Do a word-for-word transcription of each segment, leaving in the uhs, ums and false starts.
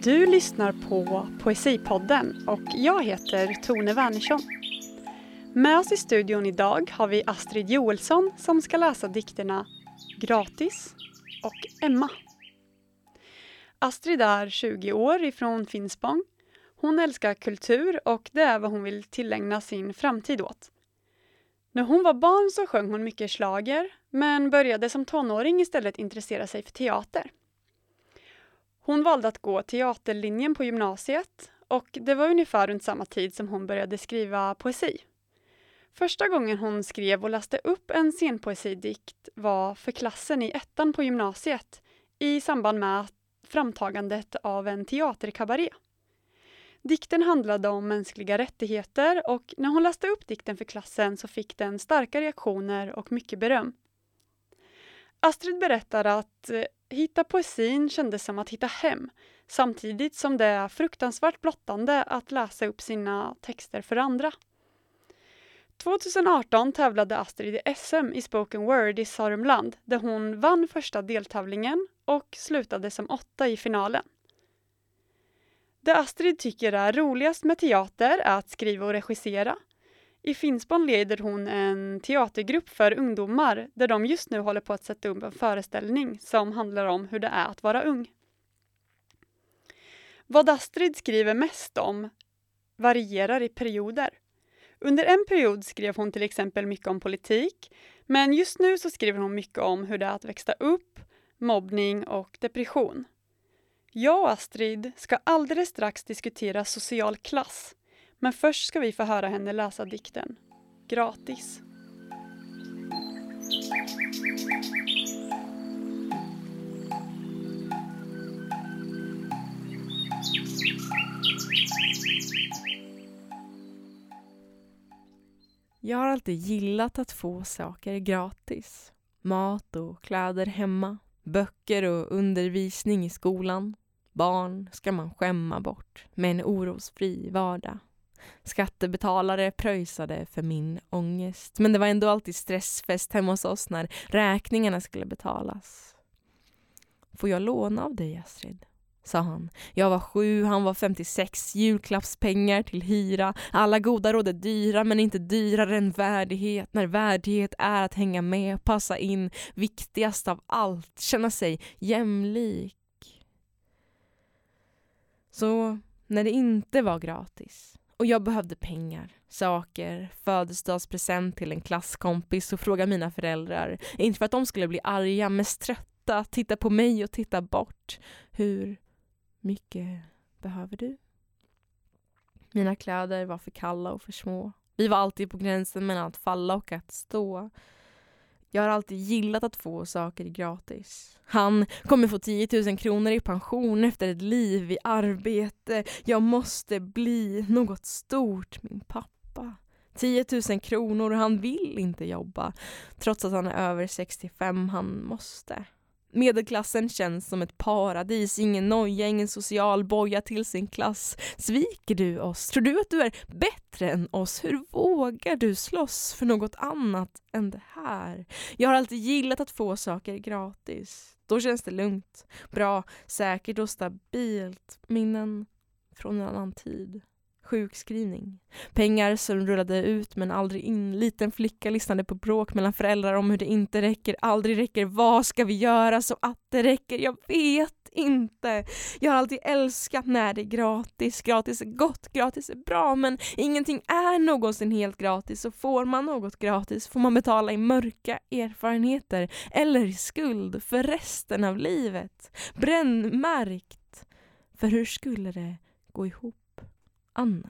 Du lyssnar på Poesipodden och jag heter Tone Wernersson. Med oss i studion idag har vi Astrid Joelsson som ska läsa dikterna Gratis och Emma. Astrid är tjugo år ifrån Finspång. Hon älskar kultur och det är vad hon vill tillägna sin framtid åt. När hon var barn så sjöng hon mycket slager, men började som tonåring istället intressera sig för teater. Hon valde att gå teaterlinjen på gymnasiet och det var ungefär runt samma tid som hon började skriva poesi. Första gången hon skrev och läste upp en scenpoesidikt var för klassen i ettan på gymnasiet i samband med framtagandet av en teaterkabaré. Dikten handlade om mänskliga rättigheter och när hon läste upp dikten för klassen så fick den starka reaktioner och mycket beröm. Astrid berättar att hitta poesin kändes som att hitta hem, samtidigt som det är fruktansvärt blottande att läsa upp sina texter för andra. tjugoarton tävlade Astrid i S M i spoken word i Sörmland där hon vann första deltävlingen och slutade som åtta i finalen. Det Astrid tycker är roligast med teater är att skriva och regissera. I Finspång leder hon en teatergrupp för ungdomar där de just nu håller på att sätta upp en föreställning som handlar om hur det är att vara ung. Vad Astrid skriver mest om varierar i perioder. Under en period skrev hon till exempel mycket om politik, men just nu så skriver hon mycket om hur det är att växa upp, mobbning och depression. Jag och Astrid ska alldeles strax diskutera social klass. Men först ska vi få höra henne läsa dikten Gratis. Jag har alltid gillat att få saker gratis. Mat och kläder hemma, böcker och undervisning i skolan. Barn ska man skämma bort med en orosfri vardag. Skattebetalare pröjsade för min ångest. Men det var ändå alltid stressfest hemma hos oss när räkningarna skulle betalas. Får jag låna av dig, Astrid? Sa han. Jag var sju, han var femtiosex. Julklappspengar till hyra. Alla goda råd är dyra men inte dyrare än värdighet. När värdighet är att hänga med, passa in. Viktigast av allt, känna sig jämlik. Så när det inte var gratis och jag behövde pengar, saker, födelsedagspresent till en klasskompis och fråga mina föräldrar, inte för att de skulle bli arga, mest trötta, titta på mig och titta bort. Hur mycket behöver du? Mina kläder var för kalla och för små. Vi var alltid på gränsen mellan att falla och att stå. Jag har alltid gillat att få saker gratis. Han kommer få tio tusen kronor i pension efter ett liv i arbete. Jag måste bli något stort, min pappa. tio tusen kronor och han vill inte jobba. Trots att han är över sextiofem, han måste. Medelklassen känns som ett paradis. Ingen noja, ingen social boja till sin klass. Sviker du oss? Tror du att du är bättre än oss? Hur vågar du slåss för något annat än det här? Jag har alltid gillat att få saker gratis. Då känns det lugnt, bra, säkert och stabilt. Minnen från en annan tid. Sjukskrivning. Pengar som rullade ut men aldrig in. Liten flicka lyssnade på bråk mellan föräldrar om hur det inte räcker, aldrig räcker. Vad ska vi göra så att det räcker? Jag vet inte. Jag har alltid älskat när det är gratis. Gratis är gott, gratis är bra, men ingenting är någonsin helt gratis. Så får man något gratis får man betala i mörka erfarenheter eller i skuld för resten av livet. Brännmärkt. För hur skulle det gå ihop annars?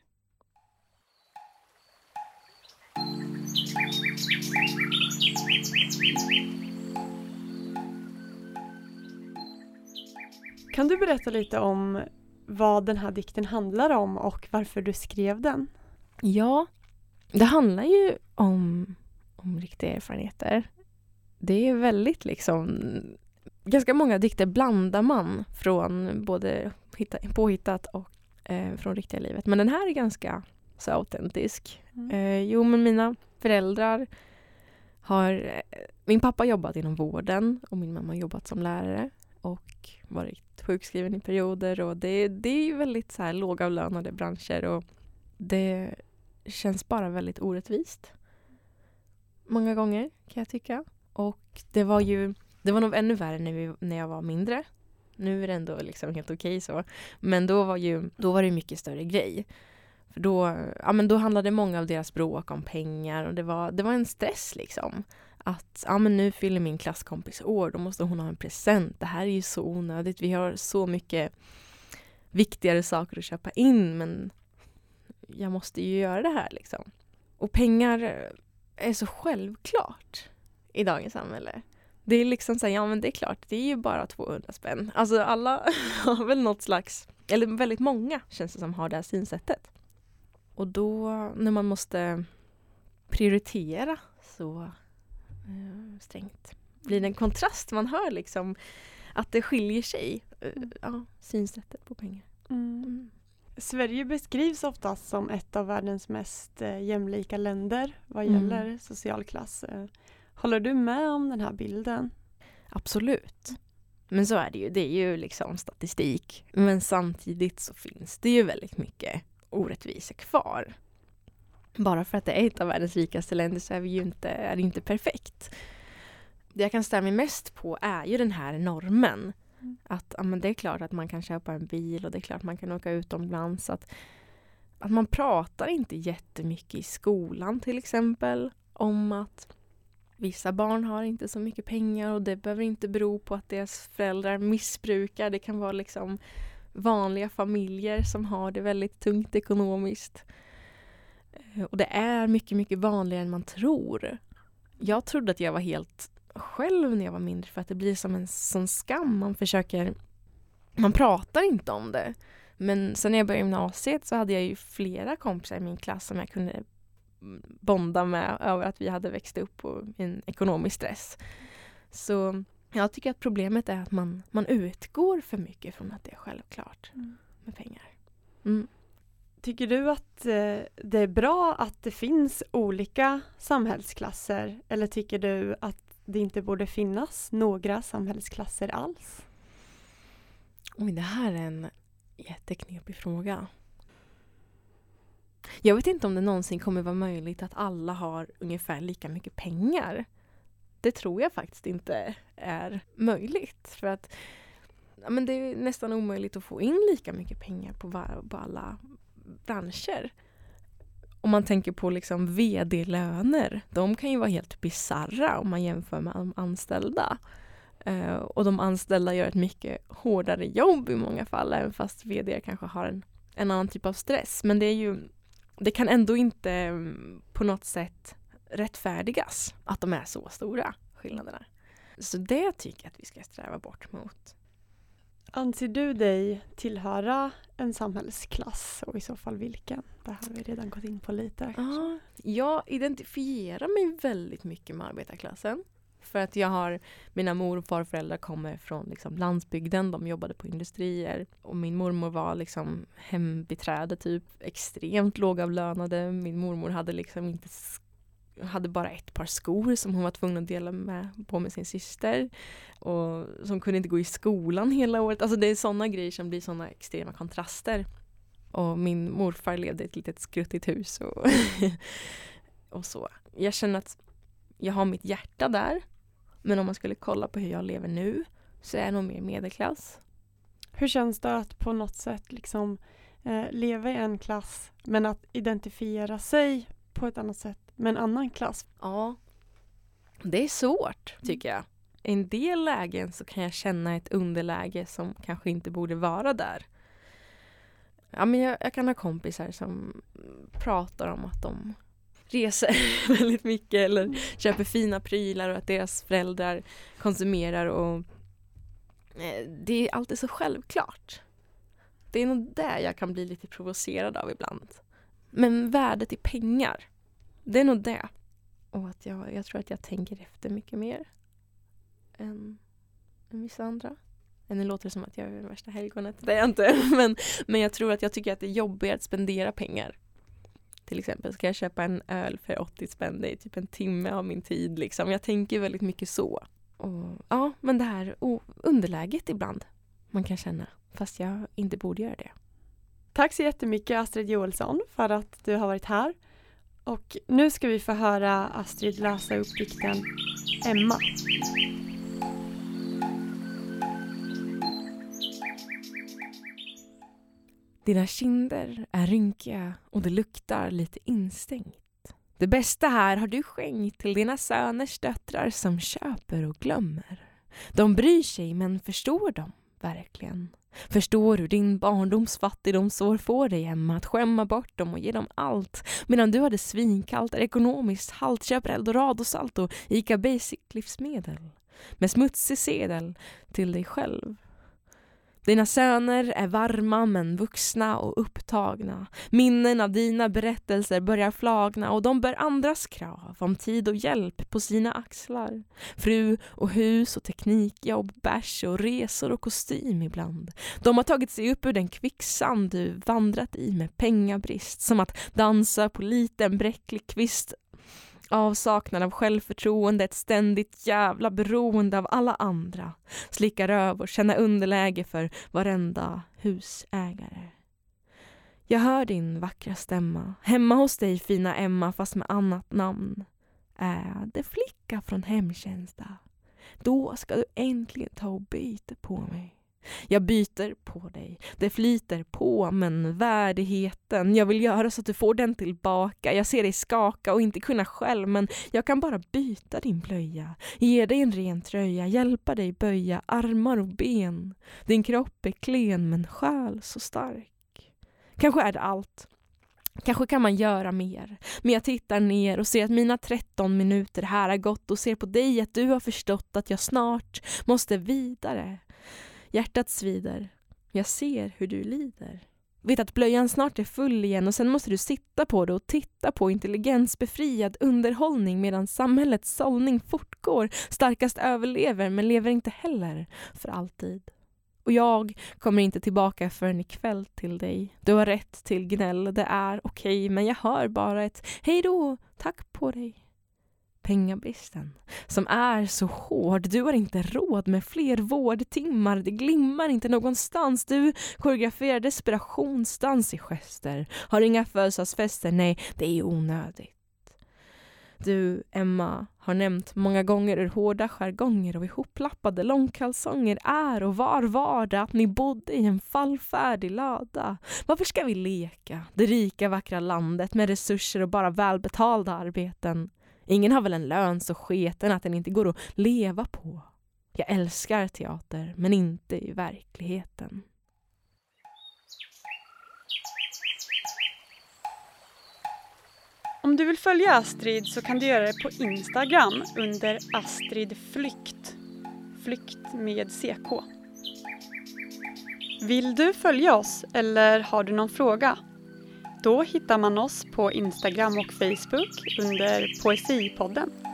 Kan du berätta lite om vad den här dikten handlar om och varför du skrev den? Ja, det handlar ju om, om riktiga erfarenheter. Det är väldigt liksom... Ganska många dikter blandar man från både påhittat och eh, från riktiga livet. Men den här är ganska så autentisk. Mm. Eh, jo, men mina föräldrar har... Min pappa har jobbat inom vården och min mamma har jobbat som lärare. Och varit sjukskriven i perioder och det, det är ju väldigt så här lågavlönade branscher och det känns bara väldigt orättvist. Många gånger kan jag tycka. Och det var ju det var nog ännu värre när, vi, när jag var mindre. Nu är det ändå liksom helt okej så. Men då var, ju, då var det mycket större grej. För då, ja, men då handlade många av deras bråk om pengar och det var, det var en stress liksom. Att ja, men nu fyller min klasskompis år, då måste hon ha en present. Det här är ju så onödigt. Vi har så mycket viktigare saker att köpa in men jag måste ju göra det här liksom. Och pengar är så självklart i dagens samhälle. Det är liksom så här, ja men det är klart, det är ju bara tvåhundra spänn. Alltså alla har väl något slags, eller väldigt många känns det som har det här synsättet. Och då när man måste prioritera så eh, strängt blir det en kontrast. Man hör liksom att det skiljer sig, eh, ja, synsättet på pengar. Mm. Mm. Sverige beskrivs oftast som ett av världens mest eh, jämlika länder vad Mm. gäller social klass. Eh, håller du med om den här bilden? Absolut. Men så är det ju. Det är ju liksom statistik. Men samtidigt så finns det ju väldigt mycket orättvisor kvar. Bara för att det är ett av världens rikaste länder så är vi ju inte, är det inte perfekt. Det jag kan stämma mig mest på är ju den här normen. Mm. Att ja, men det är klart att man kan köpa en bil och det är klart att man kan åka utomlands. Att, att man pratar inte jättemycket i skolan till exempel om att vissa barn har inte så mycket pengar och det behöver inte bero på att deras föräldrar missbrukar. Det kan vara liksom vanliga familjer som har det väldigt tungt ekonomiskt. Och det är mycket, mycket vanligare än man tror. Jag trodde att jag var helt själv när jag var mindre för att det blir som en sån skam. Man försöker, man pratar inte om det. Men sen när jag började gymnasiet så hade jag ju flera kompisar i min klass som jag kunde bonda med över att vi hade växt upp på en ekonomisk stress. Så jag tycker att problemet är att man, man utgår för mycket från att det är självklart Mm. med pengar. Mm. Tycker du att eh, det är bra att det finns olika samhällsklasser eller tycker du att det inte borde finnas några samhällsklasser alls? Oj, det här är en jätteknepig fråga. Jag vet inte om det någonsin kommer vara möjligt att alla har ungefär lika mycket pengar. Det tror jag faktiskt inte är möjligt. För att ja, men det är nästan omöjligt att få in lika mycket pengar på, var, på alla branscher. Om man tänker på liksom vd-löner. De kan ju vara helt bizarra om man jämför med de anställda. Uh, och de anställda gör ett mycket hårdare jobb i många fall. Även fast vd kanske har en, en annan typ av stress. Men det är ju det kan ändå inte um, på något sätt rättfärdigas att de är så stora skillnaderna. Så det tycker jag att vi ska sträva bort mot. Anser du dig tillhöra en samhällsklass och i så fall vilken? Det har vi redan gått in på lite. Ja, jag identifierar mig väldigt mycket med arbetarklassen. För att jag har, mina mor- och farföräldrar kommer från liksom landsbygden, de jobbade på industrier. Och min mormor var liksom hembiträde, typ extremt lågavlönade. Min mormor hade liksom inte, hade bara ett par skor som hon var tvungen att dela med, på med sin syster. Och som kunde inte gå i skolan hela året. Alltså det är sådana grejer som blir sådana extrema kontraster. Och min morfar levde i ett litet skruttigt hus och, och så. Jag känner att jag har mitt hjärta där. Men om man skulle kolla på hur jag lever nu så är jag nog mer medelklass. Hur känns det att på något sätt liksom eh, leva i en klass men att identifiera sig på ett annat sätt med en annan klass? Ja, det är svårt tycker jag. I en del lägen så kan jag känna ett underläge som kanske inte borde vara där. Ja, men jag, jag kan ha kompisar som pratar om att de reser väldigt mycket eller mm. köper fina prylar och att deras föräldrar konsumerar och eh, det är alltid så självklart. Det är nog där jag kan bli lite provocerad av ibland. Men värdet i pengar, det är nog det. Och att jag, jag tror att jag tänker efter mycket mer än, än vissa andra. Nu låter det som att jag är det värsta helgonet. Det är jag inte. Men, men jag tror att jag tycker att det är jobbigt att spendera pengar. Till exempel ska jag köpa en öl för åttio spänn. Det är typ en timme av min tid. Liksom. Jag tänker väldigt mycket så. Och, ja, men det här oh, underläget ibland. man kan känna, fast jag inte borde göra det. Tack så jättemycket Astrid Joelsson för att du har varit här. Och nu ska vi få höra Astrid läsa upp dikten Emma. Dina kinder är rynkiga och det luktar lite instängt. Det bästa här har du skänkt till dina söners döttrar som köper och glömmer. De bryr sig, men förstår de verkligen? Förstår du din barndoms fattigdomsår får dig, Emma, att skämma bort dem och ge dem allt, medan du hade svinkallt, är ekonomiskt halt, köper Eldorado-salt och Ica Basic-livsmedel med smutsig sedel till dig själv. Dina söner är varma men vuxna och upptagna. Minnen av dina berättelser börjar flagna och de bär andras krav om tid och hjälp på sina axlar. Fru och hus och teknikjobb, bärs och resor och kostym ibland. De har tagit sig upp ur den kvicksand du vandrat i med pengabrist, som att dansa på liten bräcklig kvist. Avsaknad av självförtroende, ett ständigt jävla beroende av alla andra. Slicka röv och känna underläge för varenda husägare. Jag hör din vackra stämma. Hemma hos dig, fina Emma, fast med annat namn. Är det flicka från hemtjänsta? Då ska du äntligen ta och byta på mig. Jag byter på dig. Det flyter på, men värdigheten. Jag vill göra så att du får den tillbaka. Jag ser dig skaka och inte kunna själv, men jag kan bara byta din blöja. Ge dig en ren tröja, hjälpa dig böja armar och ben. Din kropp är klen, men själ så stark. Kanske är det allt. Kanske kan man göra mer. Men jag tittar ner och ser att mina tretton minuter här har gått och ser på dig att du har förstått att jag snart måste vidare. Hjärtat svider. Jag ser hur du lider. Vet att blöjan snart är full igen och sen måste du sitta på det och titta på intelligensbefriad underhållning medan samhällets sållning fortgår. Starkast överlever men lever inte heller för alltid. Och jag kommer inte tillbaka förrän ikväll till dig. Du har rätt till gnäll, det är okej, men jag hör bara ett hej då, tack på dig. Pengabristen som är så hård. Du har inte råd med fler vårdtimmar. Det glimmar inte någonstans. Du koreograferar desperationsdans i gester. Har inga födelsedagsfester. Nej, det är onödigt. Du, Emma, har nämnt många gånger hur hårda jargonger och ihoplappade långkalsonger är och var var det att ni bodde i en fallfärdig lada. Varför ska vi leka? Det rika vackra landet med resurser och bara välbetalda arbeten. Ingen har väl en lön så sketen att den inte går att leva på. Jag älskar teater, men inte i verkligheten. Om du vill följa Astrid så kan du göra det på Instagram under Astrid Flykt. Flykt med C K. Vill du följa oss eller har du någon fråga? Då hittar man oss på Instagram och Facebook under Poesipodden.